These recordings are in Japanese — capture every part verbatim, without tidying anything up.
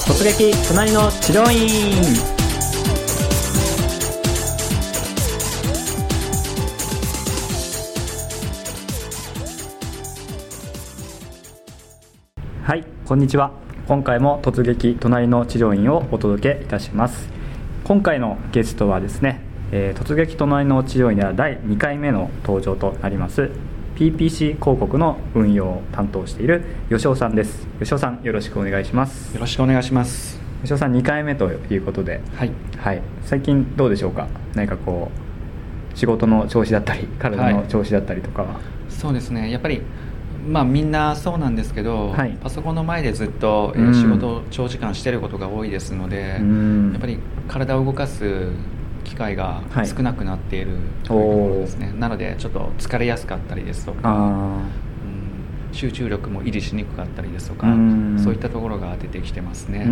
突撃隣の治療院。はい、こんにちは。今回も突撃隣の治療院をお届けいたします。今回のゲストはですね、えー、突撃隣の治療院ではだいにかいめの登場となりますピーピーシー 広告の運用を担当している吉尾さんです。吉尾さん、よろしくお願いします。 よろしくお願いします。 吉尾さん、にかいめということで、はいはい、最近どうでしょうか。何かこう仕事の調子だったり体の調子だったりとかは、はい、 そうですね、やっぱりまあ、みんなそうなんですけど、はい、パソコンの前でずっと、えー、仕事を長時間していることが多いですので、うん、やっぱり体を動かす機会が少なくなっている、はい、というところですね。なのでちょっと疲れやすかったりですとか、うん、集中力も維持しにくかったりですとか、うん、そういったところが出てきてますね。 うん、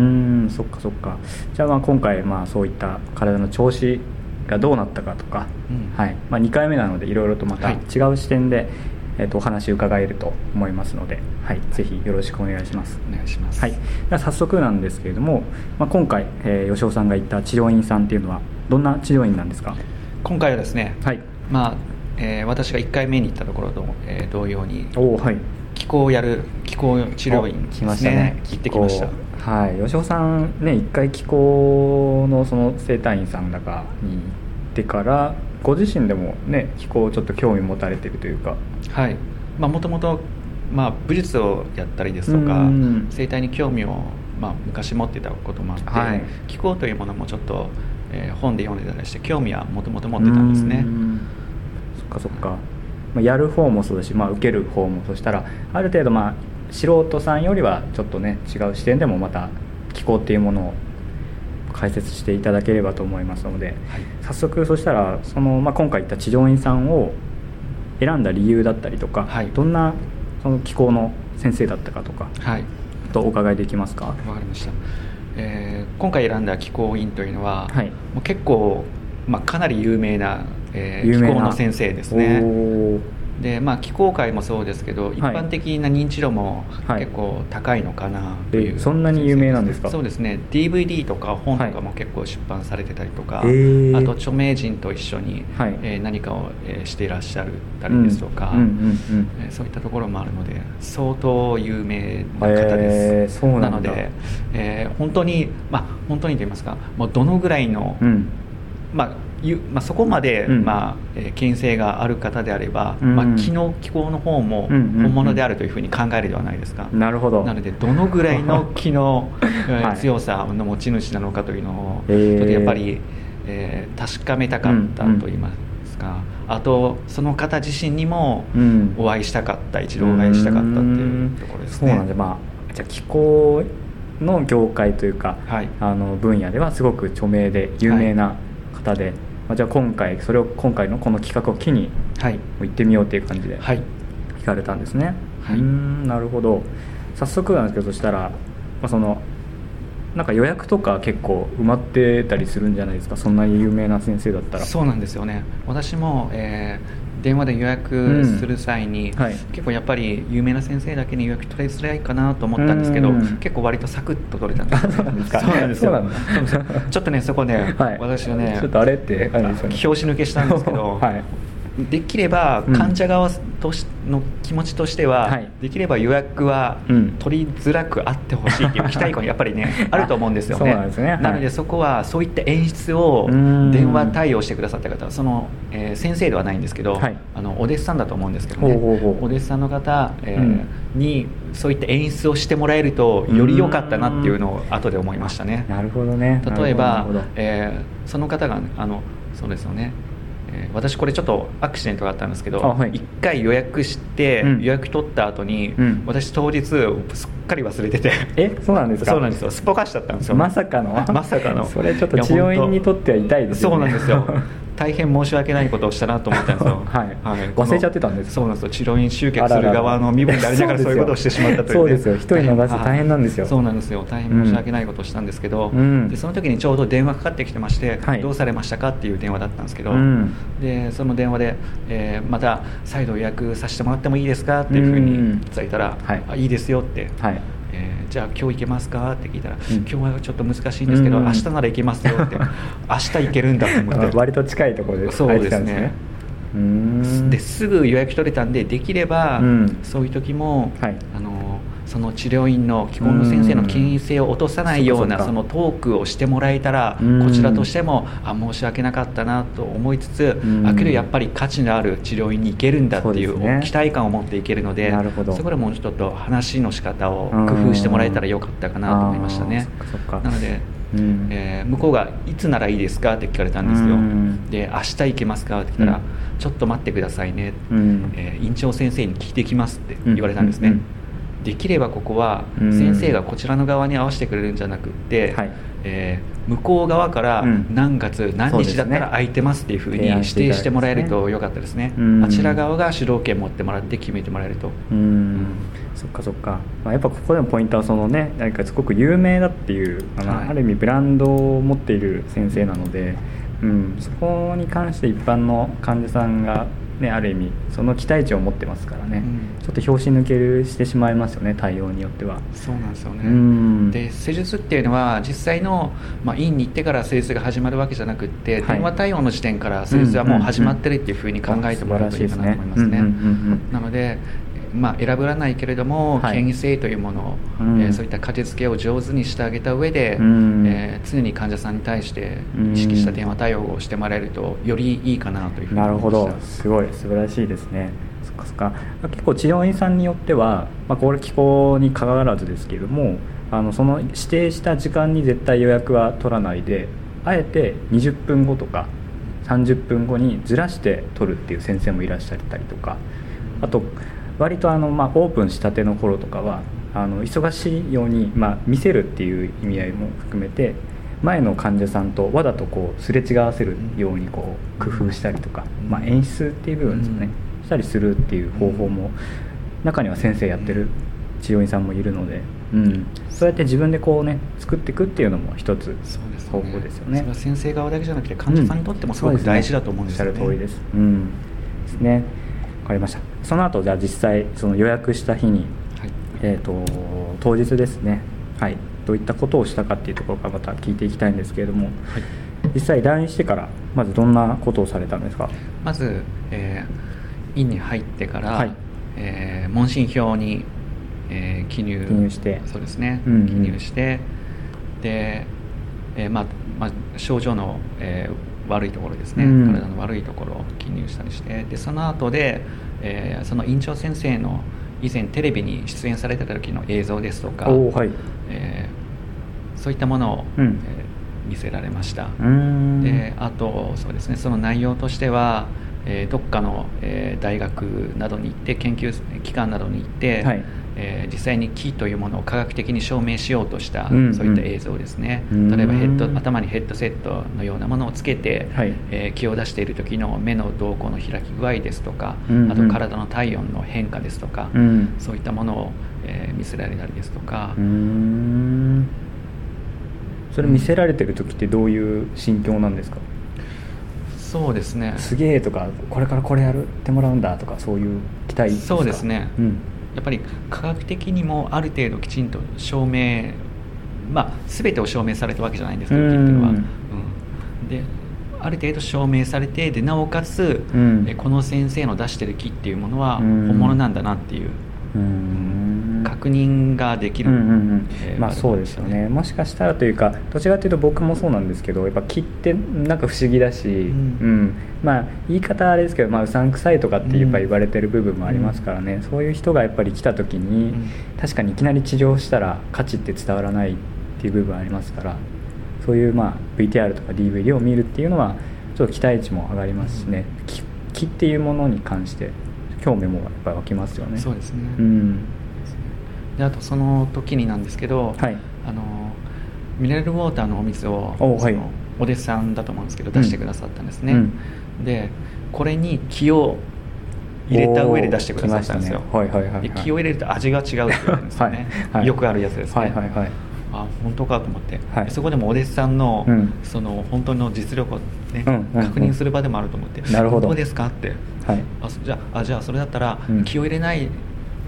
そっかそっか。じゃあ、まあ今回まあそういった体の調子がどうなったかとか、うんはいまあ、にかいめなのでいろいろとまた違う視点で、はいえー、とお話伺えると思いますので、はい、ぜひよろしくお願いします。 お願いします。 はい、では早速なんですけれども、まあ、今回、えー、吉尾さんが行った治療院さんっていうのはどんな治療院なんですか。 今回はですね、はいまあえー、私がいっかいめに行ったところと、えー、同様にお、はい、気候をやる気候治療院ですね。来ましたね。行ってきました。 はい、吉尾さんね、いっかい気候のその整体院さんだかに行ってからご自身でもね気候をちょっと興味持たれているというか、 はいまあ、もともと、まあ、武術をやったりですとか整体に興味を、まあ、昔持ってたこともあって、はい、気候というものもちょっと、えー、本で読んでたりして興味はもともと持ってたんですね。 そっかそっか、まあ、やる方もそうだし、まあ、受ける方もそしたらある程度、まあ、素人さんよりはちょっとね違う視点でもまた気候っていうものを解説していただければと思いますので、はい、早速そしたらその、まあ、今回行った治療院さんを選んだ理由だったりとか、はい、どんなその気候の先生だったかとか、はい、とお伺いできますか。 わかりました、えー、今回選んだ気候院というのは、はい、もう結構、まあ、かなり有名な、えー、気候の先生ですね。でまあ、気候界もそうですけど、はい、一般的な認知度も結構高いのかなという、はい、 そんなに有名なんですか。 そうですね、 ディーブイディー とか本とかも結構出版されてたりとか、はい、あと著名人と一緒に、はいえー、何かを、えー、していらっしゃるたりですとか、うんうんうんうんえー、そういったところもあるので相当有名な方です。 そうなんだ。 なので、えー、本当に、まあ、本当にと言いますか、もうどのぐらいの、うんまあまあ、そこまで、うんまあえー、権勢がある方であれば、うんまあ、気の気候の方も本物であるというふうに考えるではないですか、 うんうんうん、なるほど。 なのでどのぐらいの気の、はい、強さの持ち主なのかというのを、えー、ちょっとやっぱり、えー、確かめたかったといいますか、うんうん、あとその方自身にもお会いしたかった、うん、一度お会いしたかったっていうところですね。 そうなんで、まあ、じゃあ気候の業界というか、はい、あの分野ではすごく著名で有名な方で、はいじゃあ今回それを今回のこの企画を機に行ってみようっていう感じで聞かれたんですね、はい、うーんなるほど。早速なんですけど、そしたら、まあ、そのなんか予約とか結構埋まってたりするんじゃないですか。そんなに有名な先生だったら。 そうなんですよね。私も、えー、電話で予約する際に、うんはい、結構やっぱり有名な先生だけに予約取りづらいかなと思ったんですけど、結構割とサクッと取れたんですよ、ね、 そうなんですか。 そうなんですよ。 そうなんだ。 ちょっとねそこね、はい、私はねちょっとあれって感じですよね。 拍子抜けしたんですけど、はいできれば患者側としの気持ちとしては、うんはい、できれば予約は取りづらくあってほしいっていう期待感がやっぱりねあると思うんですよね。 そうなんですね、はい、 なのでそこはそういった演出を電話対応してくださった方、その、えー、先生ではないんですけど、はい、あのお弟子さんだと思うんですけどね、ほうほうほうお弟子さんの方、えーうん、にそういった演出をしてもらえるとより良かったなっていうのを後で思いましたね。 なるほどね。 例えば、えー、その方があのそうですよね、私これちょっとアクシデントがあったんですけど、はい、いっかい予約して、うん、予約取った後に、うん、私当日すっかり忘れててえそうなんですか。 そうなんですよ。すっぽかしちゃったんですよ。 まさかのまさかのそれちょっと治療院にとっては痛いですよね。 そうなんですよ大変申し訳ないことをしたなと思ったんですよはい、 はい、忘れちゃってたんです。 そうなんですよ。治療院集客する側の身分でありながらそういうことをしてしまったという、ね、 そうですよ。一人逃す大変なんですよ。 そうなんですよ。大変申し訳ないことをしたんですけど、うん、でその時にちょうど電話かかってきてまして、はい、どうされましたかっていう電話だったんですけど、うん、でその電話で、えー、また再度予約させてもらってもいいですかっていうふうに伝えたら、うんはい、あいいですよって、はいえー、じゃあ今日行けますかって聞いたら、うん、今日はちょっと難しいんですけど、うん、明日なら行けますよって明日行けるんだと思って割と近いところでそうですね。うーんですぐ予約取れたんで、できれば、うん、そういう時も、はい、あのその治療院の既婚の先生の権威性を落とさないようなそのトークをしてもらえたら、こちらとしてもあ申し訳なかったなと思いつつ、あけどやっぱり価値のある治療院に行けるんだっていう、ね、期待感を持っていけるので、そこでもうちょっと話の仕方を工夫してもらえたらよかったかなと思いましたね。なのでうんえー、向こうがいつならいいですかって聞かれたんですよ。で明日行けますかって言ったら、うん、ちょっと待ってくださいね、うんえー、院長先生に聞いてきますって言われたんですね。うんうんうん、できればここは先生がこちらの側に合わせてくれるんじゃなくって、うんえー、向こう側から何月何日だったら空いてますっていうふうに指定してもらえるとよかったですね。あちら側が主導権持ってもらって決めてもらえると。 うん、うん、そっかそっか、まあ、やっぱここでのポイントはそのね、なんかすごく有名だっていう、まあはい、ある意味ブランドを持っている先生なので、うん、そこに関して一般の患者さんがね、ある意味その期待値を持ってますからね、うん、ちょっと拍子抜けるしてしまいますよね、対応によっては。 そうなんですよね。うんで施術っていうのは実際の、まあ、院に行ってから施術が始まるわけじゃなくって、はい、電話対応の時点から施術はもう始まってるっていうふうに考えてもらうといいかなと思いますね。なのでまあ、選ぶらないけれども、はい、権威性というものを、うんえー、そういった価値付けを上手にしてあげた上で、うんえー、常に患者さんに対して意識した電話対応をしてもらえるとよりいいかなというふうに思いました。 なるほど、すごい素晴らしいですね。そっかそっか。結構治療院さんによっては、まあ、これ気候にかかわらずですけれども、あのその指定した時間に絶対予約は取らないで、あえてにじゅっぷんごとかさんじゅっぷんごにずらして取るっていう先生もいらっしゃったりとか、あと割とあの、まあ、オープンしたての頃とかはあの忙しいように、まあ、見せるっていう意味合いも含めて前の患者さんとわざとこうすれ違わせるようにこう工夫したりとか、まあ、演出っていう部分ですよね、うん、したりするっていう方法も中には先生やってる治療院さんもいるので、うん、そうやって自分でこうね作っていくっていうのも一つ方法ですよね。 それは先生側だけじゃなくて患者さんにとってもすごく大事だと思うんですよね。 おっしゃる通りです。うんですね。わかりました。その後じゃあ実際その予約した日に、はいえー、と当日ですね、はい、どういったことをしたかっていうところからまた聞いていきたいんですけれども、はい、実際来院してからまずどんなことをされたんですか？ まず、えー、院に入ってから、はいえー、問診票に、えー、記入記入してそうですね、うんうん、記入してで、えーまあまあ、症状の、えー悪いところですね、うん、体の悪いところを記入したりして、でその後で、えー、その院長先生の以前テレビに出演されてた時の映像ですとか、はいえー、そういったものを、うんえー、見せられました。であとそうですね、その内容としては、えー、どっかの、えー、大学などに行って研究機関などに行って、はいえー、実際に気というものを科学的に証明しようとした、うんうん、そういった映像ですね。例えばヘッド頭にヘッドセットのようなものをつけて、はいえー、気を出している時の目の瞳孔の開き具合ですとか、うんうん、あと体の体温の変化ですとか、うん、そういったものを、えー、見せられたりですとか。うーんそれ見せられてる時ってどういう心境なんですか？ そうですね、 すげえとかこれからこれやるってもらうんだとかそういう期待ですか？ そうですね、うんやっぱり科学的にもある程度きちんと証明、まあ、全てを証明されたわけじゃないんですけど、木っていうのは、うん、である程度証明されてでなおかつ、うん、この先生の出してる木っていうものは本物なんだなっていう、うん、確認ができる、うんうんうんえーまあ、そうですよね。もしかしたらというかどちらかというと僕もそうなんですけどやっぱ木ってなんか不思議だし、うんうんまあ、言い方はあれですけど、まあ、うさんくさいとかってやっぱ言われてる部分もありますからね、うん、そういう人がやっぱり来た時に、うん、確かにいきなり治療したら価値って伝わらないっていう部分ありますからそういう、まあ、ブイティーアール とか ディーブイディー を見るっていうのはちょっと期待値も上がりますしね、うん、木, 木っていうものに関して興味もやっぱり湧きますよね。 そうですね、うんであとその時になんですけど、はい、あのミネラルウォーターのお水をお,、はい、のお弟子さんだと思うんですけど出してくださったんですね、うん、でこれに気を入れた上で出してくださったんですよ、ねはいはいはいはい、で気を入れると味が違うって言われるんですよね、はいはい、よくあるやつですね、はいはいはい、あ本当かと思って、はい、そこでもお弟子さんの、うん、その本当の実力を、ねうんうんうん、確認する場でもあると思って、なるほどどうですかって、はい、あじゃあじゃあそれだったら、うん、気を入れない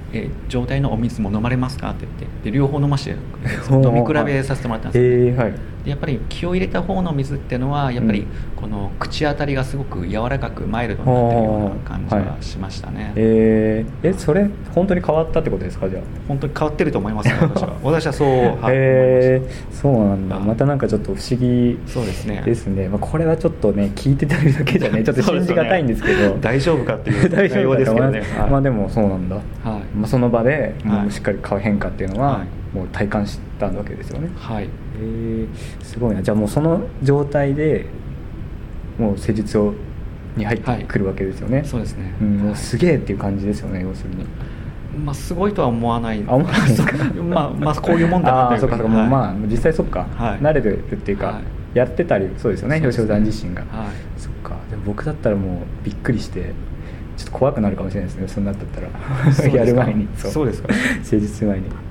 え状態のお水も飲まれますかって言ってで両方飲まして飲み比べさせてもらったんですよ、ね、 えーはい、 でやっぱり気を入れた方の水っていうのはやっぱりこの口当たりがすごく柔らかくマイルドになってるような感じはしましたね、はい、 えー、えそれ本当に変わったってことですか？じゃあ本当に変わってると思いますね私は私はそう、はい、 えー、そうなんだ。またなんかちょっと不思議そうですねですね。まあ、これはちょっとね聞いてただけじゃねちょっと信じがたいんですけど、 ね、大丈夫かっていう大丈夫ですけどね、 はい、 まあでもそうなんだ、はい、まあ、その場でもうしっかり顔変化っていうのはもう体感したわけですよね。 はい、 えー、すごいな。じゃあもうその状態でもう施術をに入ってくるわけですよね、はい、 そうですね、 うん、もうすげえっていう感じですよね、要するに。 まあ、すごいとは思わない。 あ、思わないですかまあ、まあこういうもんだなという。 あ、そうかそうか、はい、まあ実際そっか、はい、慣れてるっていうか、はい、やってたりそうですよね、表彰団自身が、はい、そっか。でも僕だったらもうびっくりしてちょっと怖くなるかもしれないですね、そんなだったらやる前に。 そうですか施術前に